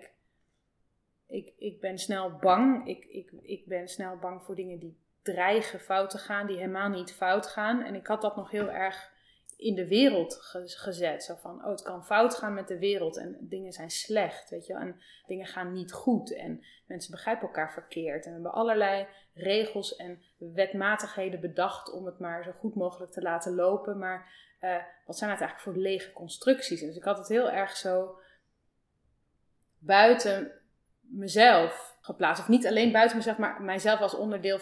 ik ben snel bang. Ik ben snel bang voor dingen die dreigen fout te gaan, die helemaal niet fout gaan. En ik had dat nog heel erg in de wereld gezet. Zo van, het kan fout gaan met de wereld en dingen zijn slecht, weet je wel. En dingen gaan niet goed en mensen begrijpen elkaar verkeerd. En we hebben allerlei regels en wetmatigheden bedacht om het maar zo goed mogelijk te laten lopen. Maar wat zijn het eigenlijk voor lege constructies? Dus ik had het heel erg zo buiten mezelf geplaatst. Of niet alleen buiten mezelf, maar mijzelf als onderdeel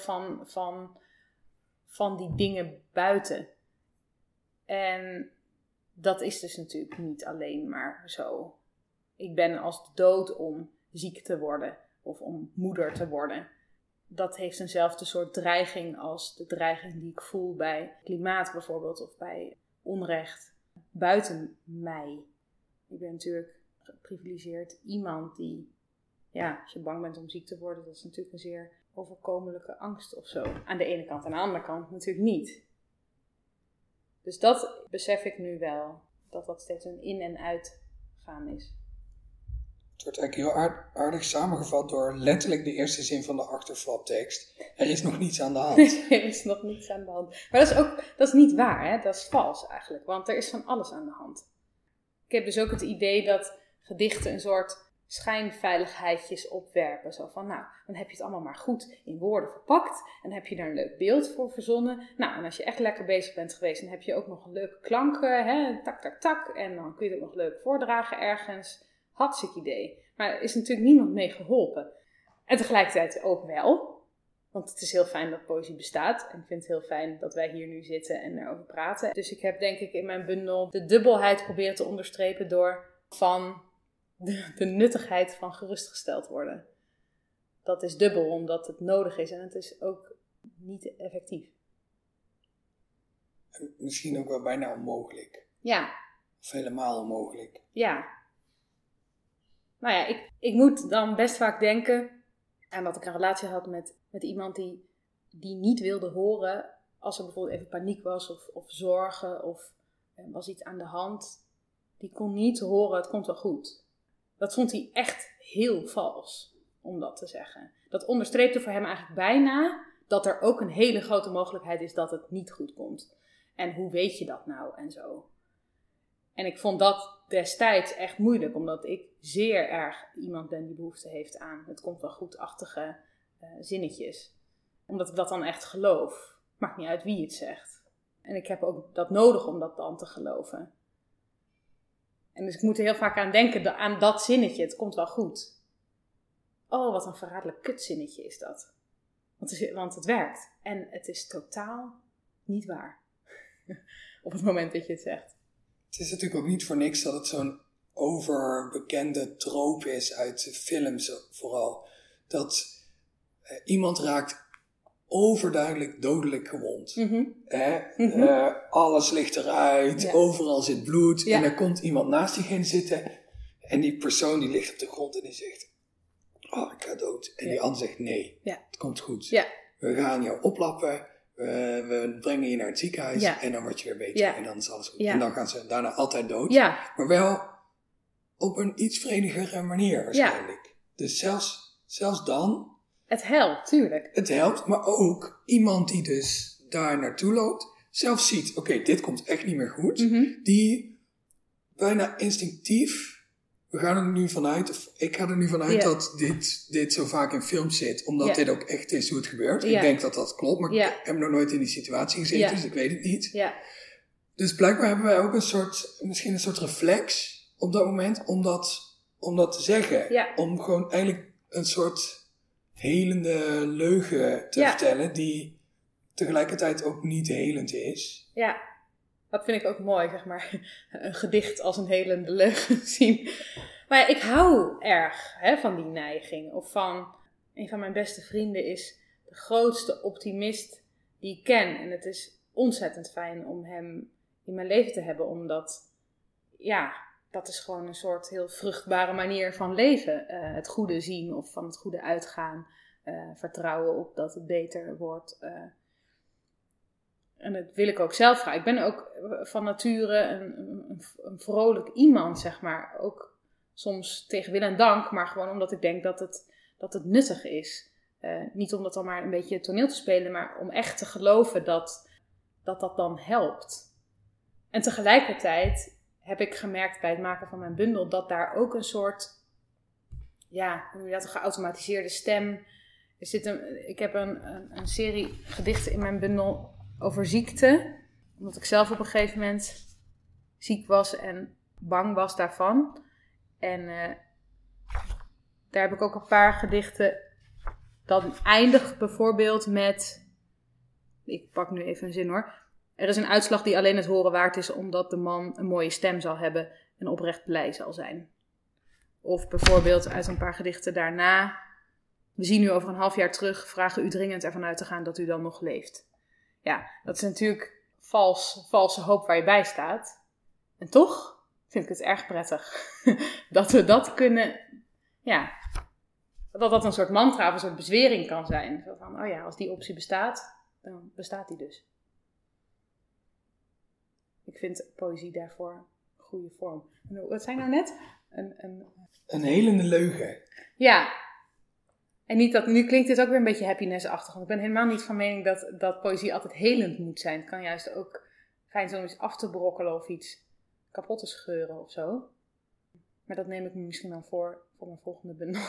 van die dingen buiten. En dat is dus natuurlijk niet alleen maar zo. Ik ben als de dood om ziek te worden of om moeder te worden. Dat heeft eenzelfde soort dreiging als de dreiging die ik voel bij klimaat bijvoorbeeld of bij onrecht buiten mij. Ik ben natuurlijk geprivilegeerd iemand die, als je bang bent om ziek te worden, dat is natuurlijk een zeer overkomelijke angst of zo. Aan de ene kant, aan de andere kant natuurlijk niet. Dus dat besef ik nu wel, dat steeds een in- en uitgaan is. Het wordt eigenlijk heel aardig samengevat door letterlijk de eerste zin van de achterflaptekst. Er is nog niets aan de hand. Er is nog niets aan de hand. Maar dat is niet waar, hè? Dat is vals eigenlijk, want er is van alles aan de hand. Ik heb dus ook het idee dat gedichten een soort schijnveiligheidjes opwerpen. Zo van, dan heb je het allemaal maar goed in woorden verpakt. En heb je daar een leuk beeld voor verzonnen. Nou, en als je echt lekker bezig bent geweest, dan heb je ook nog een leuke klank. Tak, tak, tak. En dan kun je het ook nog leuk voordragen ergens. Hartstikke idee. Maar er is natuurlijk niemand mee geholpen. En tegelijkertijd ook wel. Want het is heel fijn dat poëzie bestaat. En ik vind het heel fijn dat wij hier nu zitten en erover praten. Dus ik heb denk ik in mijn bundel de dubbelheid proberen te onderstrepen door van de nuttigheid van gerustgesteld worden. Dat is dubbel, omdat het nodig is en het is ook niet effectief. En misschien ook wel bijna onmogelijk. Ja. Of helemaal onmogelijk. Ja. Nou ja, ik moet dan best vaak denken aan dat ik een relatie had met iemand die niet wilde horen als er bijvoorbeeld even paniek was of zorgen of was iets aan de hand. Die kon niet horen, het komt wel goed. Dat vond hij echt heel vals, om dat te zeggen. Dat onderstreepte voor hem eigenlijk bijna dat er ook een hele grote mogelijkheid is dat het niet goed komt. En hoe weet je dat nou en zo. En ik vond dat destijds echt moeilijk, omdat ik zeer erg iemand ben die behoefte heeft aan het komt wel goed-achtige zinnetjes. Omdat ik dat dan echt geloof. Maakt niet uit wie het zegt. En ik heb ook dat nodig om dat dan te geloven. En dus ik moet er heel vaak aan denken, aan dat zinnetje, het komt wel goed. Oh, wat een verraderlijk kutzinnetje is dat. Want het werkt. En het is totaal niet waar. Op het moment dat je het zegt. Het is natuurlijk ook niet voor niks dat het zo'n overbekende trope is uit films vooral. Dat iemand raakt overduidelijk dodelijk gewond. Mm-hmm. Alles ligt eruit, overal zit bloed. Ja. En er komt iemand naast diegene zitten. En die persoon die ligt op de grond en die zegt, ik ga dood. En die ander zegt, nee, het komt goed. Ja. We gaan jou oplappen. We brengen je naar het ziekenhuis en dan word je weer beter en dan is alles goed. En dan gaan ze daarna altijd dood. Ja. Maar wel op een iets vredigere manier waarschijnlijk. Dus zelfs dan Het helpt, tuurlijk. Het helpt, maar ook iemand die dus daar naartoe loopt, zelf ziet, oké, dit komt echt niet meer goed. Die bijna instinctief, we gaan er nu vanuit, of ik ga er nu vanuit dat dit zo vaak in films zit, omdat dit ook echt is hoe het gebeurt. Ik denk dat dat klopt, maar ik heb nog nooit in die situatie gezeten, dus ik weet het niet. Ja. Dus blijkbaar hebben wij ook misschien een soort reflex op dat moment om dat te zeggen. Ja. Om gewoon eigenlijk een soort helende leugen te vertellen die tegelijkertijd ook niet helend is. Ja, dat vind ik ook mooi, zeg maar. Een gedicht als een helende leugen zien. Maar ja, ik hou erg van die neiging. Of van, een van mijn beste vrienden is de grootste optimist die ik ken. En het is ontzettend fijn om hem in mijn leven te hebben. Omdat, dat is gewoon een soort heel vruchtbare manier van leven. Het goede zien of van het goede uitgaan. Vertrouwen op dat het beter wordt. En dat wil ik ook zelf graag. Ik ben ook van nature een vrolijk iemand, zeg maar. Ook soms tegen wil en dank, maar gewoon omdat ik denk dat het nuttig is. Niet om dat dan maar een beetje toneel te spelen, maar om echt te geloven dat dan helpt. En tegelijkertijd heb ik gemerkt bij het maken van mijn bundel dat daar ook een soort, hoe noem je dat, een geautomatiseerde stem. Ik heb een serie gedichten in mijn bundel over ziekte. Omdat ik zelf op een gegeven moment ziek was en bang was daarvan. En daar heb ik ook een paar gedichten. Dan eindigt bijvoorbeeld met, ik pak nu even een zin hoor. Er is een uitslag die alleen het horen waard is omdat de man een mooie stem zal hebben en oprecht blij zal zijn. Of bijvoorbeeld uit een paar gedichten daarna. We zien u over een half jaar terug, vragen u dringend ervan uit te gaan dat u dan nog leeft. Ja, dat is natuurlijk valse hoop waar je bij staat. En toch vind ik het erg prettig dat we dat kunnen, dat een soort mantra of een soort bezwering kan zijn. Zo van, als die optie bestaat, dan bestaat die dus. Ik vind poëzie daarvoor een goede vorm. En wat zei ik nou net? Een helende leugen. Ja. En niet dat, nu klinkt dit ook weer een beetje happiness-achtig. Want ik ben helemaal niet van mening dat poëzie altijd helend moet zijn. Het kan juist ook fijn zijn om iets af te brokkelen of iets kapot te scheuren of zo. Maar dat neem ik me misschien dan voor mijn volgende bundel.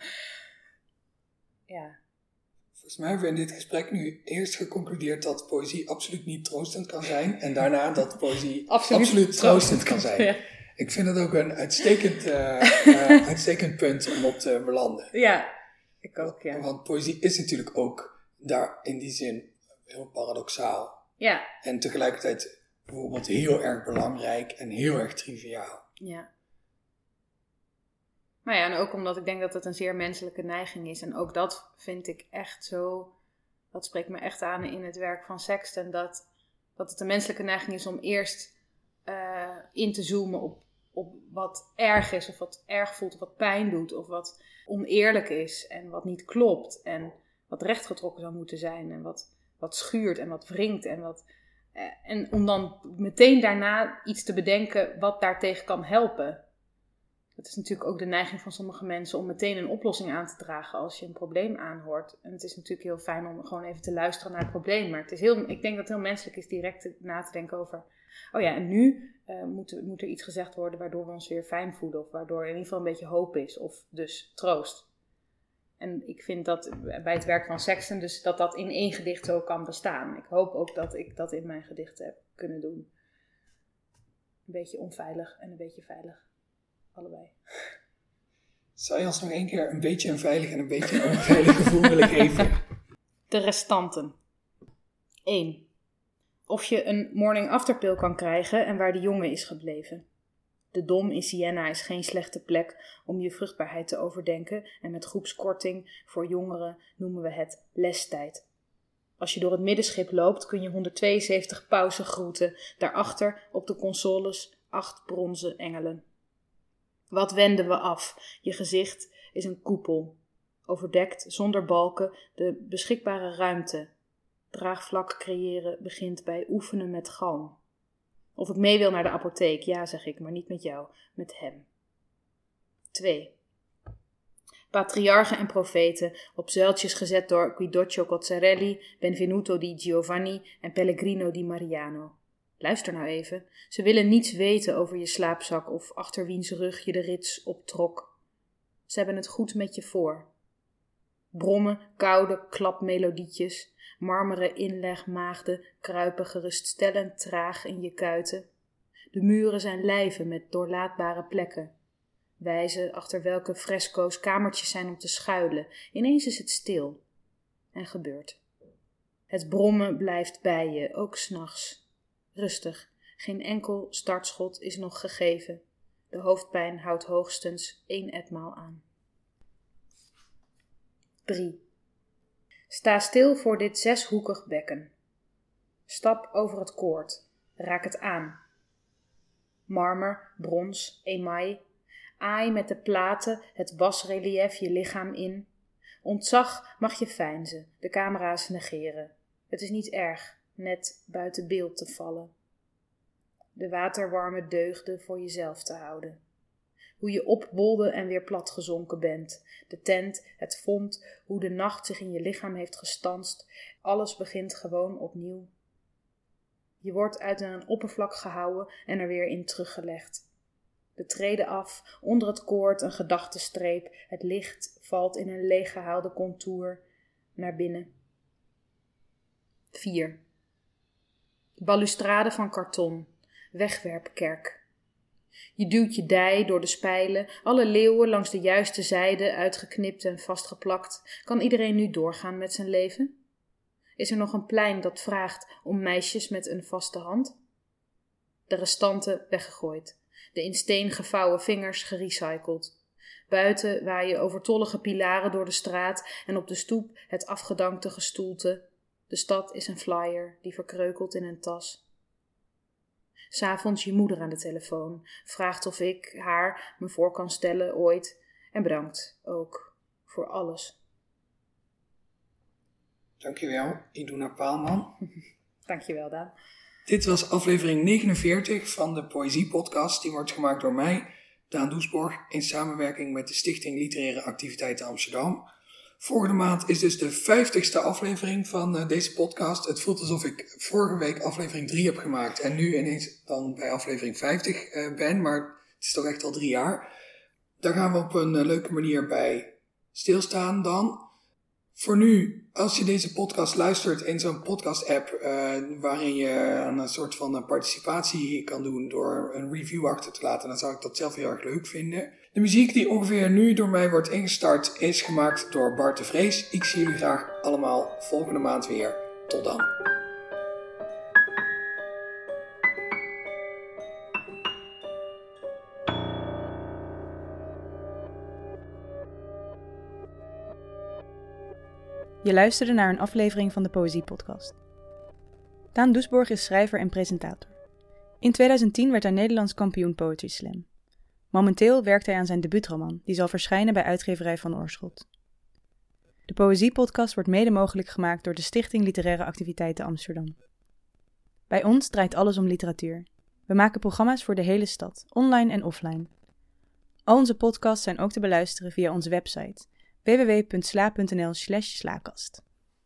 Ja. Volgens mij hebben we in dit gesprek nu eerst geconcludeerd dat poëzie absoluut niet troostend kan zijn. En daarna dat poëzie absoluut troostend kan zijn. Ja. Ik vind dat ook een uitstekend punt om op te belanden. Ja. Ik ook, ja. Want poëzie is natuurlijk ook daar in die zin heel paradoxaal. Ja. En tegelijkertijd bijvoorbeeld heel erg belangrijk en heel erg triviaal. Ja. Maar ja, en ook omdat ik denk dat het een zeer menselijke neiging is. En ook dat vind ik echt zo, dat spreekt me echt aan in het werk van Sexton. Dat het een menselijke neiging is om eerst in te zoomen op wat erg is, of wat erg voelt, of wat pijn doet, of wat oneerlijk is en wat niet klopt en wat rechtgetrokken zou moeten zijn en wat schuurt en wat wringt en om dan meteen daarna iets te bedenken wat daartegen kan helpen. Dat is natuurlijk ook de neiging van sommige mensen om meteen een oplossing aan te dragen als je een probleem aanhoort. En het is natuurlijk heel fijn om gewoon even te luisteren naar het probleem, maar ik denk dat het heel menselijk is direct na te denken over, en nu moet er iets gezegd worden waardoor we ons weer fijn voelen. Of waardoor er in ieder geval een beetje hoop is. Of dus troost. En ik vind dat bij het werk van Sexton dus dat in één gedicht zo kan bestaan. Ik hoop ook dat ik dat in mijn gedichten heb kunnen doen. Een beetje onveilig en een beetje veilig. Allebei. Zou je ons nog één keer een beetje een veilig en een beetje een onveilig gevoel willen geven? De restanten. 1. Of je een morning after pill kan krijgen en waar de jongen is gebleven. De Dom in Siena is geen slechte plek om je vruchtbaarheid te overdenken en met groepskorting voor jongeren noemen we het lestijd. Als je door het middenschip loopt kun je 172 pauzen groeten, daarachter op de consoles 8 bronzen engelen. Wat wenden we af? Je gezicht is een koepel, overdekt zonder balken de beschikbare ruimte. Draagvlak creëren begint bij oefenen met galm. Of ik mee wil naar de apotheek, ja zeg ik, maar niet met jou, met hem. 2. Patriarchen en profeten, op zuiltjes gezet door Guiduccio Cozzarelli, Benvenuto di Giovanni en Pellegrino di Mariano. Luister nou even, ze willen niets weten over je slaapzak of achter wiens rug je de rits optrok. Ze hebben het goed met je voor. Brommen, koude klapmelodietjes, marmeren inlegmaagden kruipen geruststellend traag in je kuiten. De muren zijn lijven met doorlaatbare plekken. Wijzen achter welke fresco's kamertjes zijn om te schuilen. Ineens is het stil. En gebeurt. Het brommen blijft bij je, ook 's nachts. Rustig. Geen enkel startschot is nog gegeven. De hoofdpijn houdt hoogstens 1 etmaal aan. 3. Sta stil voor dit 6-hoekig bekken. Stap over het koord. Raak het aan. Marmer, brons, email. Aai met de platen het basrelief je lichaam in. Ontzag mag je veinzen, de camera's negeren. Het is niet erg, net buiten beeld te vallen. De waterwarme deugden voor jezelf te houden. Hoe je opbolde en weer platgezonken bent. De tent, het fond, hoe de nacht zich in je lichaam heeft gestanst. Alles begint gewoon opnieuw. Je wordt uit een oppervlak gehouden en er weer in teruggelegd. De treden af, onder het koord een gedachtenstreep. Het licht valt in een leeggehaalde contour naar binnen. 4. Balustrade van karton, wegwerpkerk. Je duwt je dij door de spijlen, alle leeuwen langs de juiste zijde uitgeknipt en vastgeplakt. Kan iedereen nu doorgaan met zijn leven? Is er nog een plein dat vraagt om meisjes met een vaste hand? De restanten weggegooid. De in steen gevouwen vingers gerecycled. Buiten waaien overtollige pilaren door de straat en op de stoep het afgedankte gestoelte. De stad is een flyer die verkreukelt in een tas. 'S Avonds je moeder aan de telefoon, vraagt of ik haar me voor kan stellen ooit en bedankt ook voor alles. Dankjewel, Iduna Paalman. Dankjewel, Daan. Dit was aflevering 49 van de Poëzie-podcast. Die wordt gemaakt door mij, Daan Doesborg, in samenwerking met de Stichting Literaire Activiteiten Amsterdam. Volgende maand is dus de 50ste aflevering van deze podcast. Het voelt alsof ik vorige week aflevering 3 heb gemaakt en nu ineens dan bij aflevering 50 ben, maar het is toch echt al 3 jaar. Daar gaan we op een leuke manier bij stilstaan dan. Voor nu, als je deze podcast luistert in zo'n podcast-app waarin je een soort van participatie kan doen door een review achter te laten, dan zou ik dat zelf heel erg leuk vinden. De muziek die ongeveer nu door mij wordt ingestart is gemaakt door Bart de Vrees. Ik zie jullie graag allemaal volgende maand weer. Tot dan. Je luisterde naar een aflevering van de Poëzie-podcast. Daan Doesborg is schrijver en presentator. In 2010 werd hij Nederlands kampioen Poetry Slam. Momenteel werkt hij aan zijn debuutroman, die zal verschijnen bij uitgeverij Van Oorschot. De Poëzie-podcast wordt mede mogelijk gemaakt door de Stichting Literaire Activiteiten Amsterdam. Bij ons draait alles om literatuur. We maken programma's voor de hele stad, online en offline. Al onze podcasts zijn ook te beluisteren via onze website www.sla.nl/slaakast.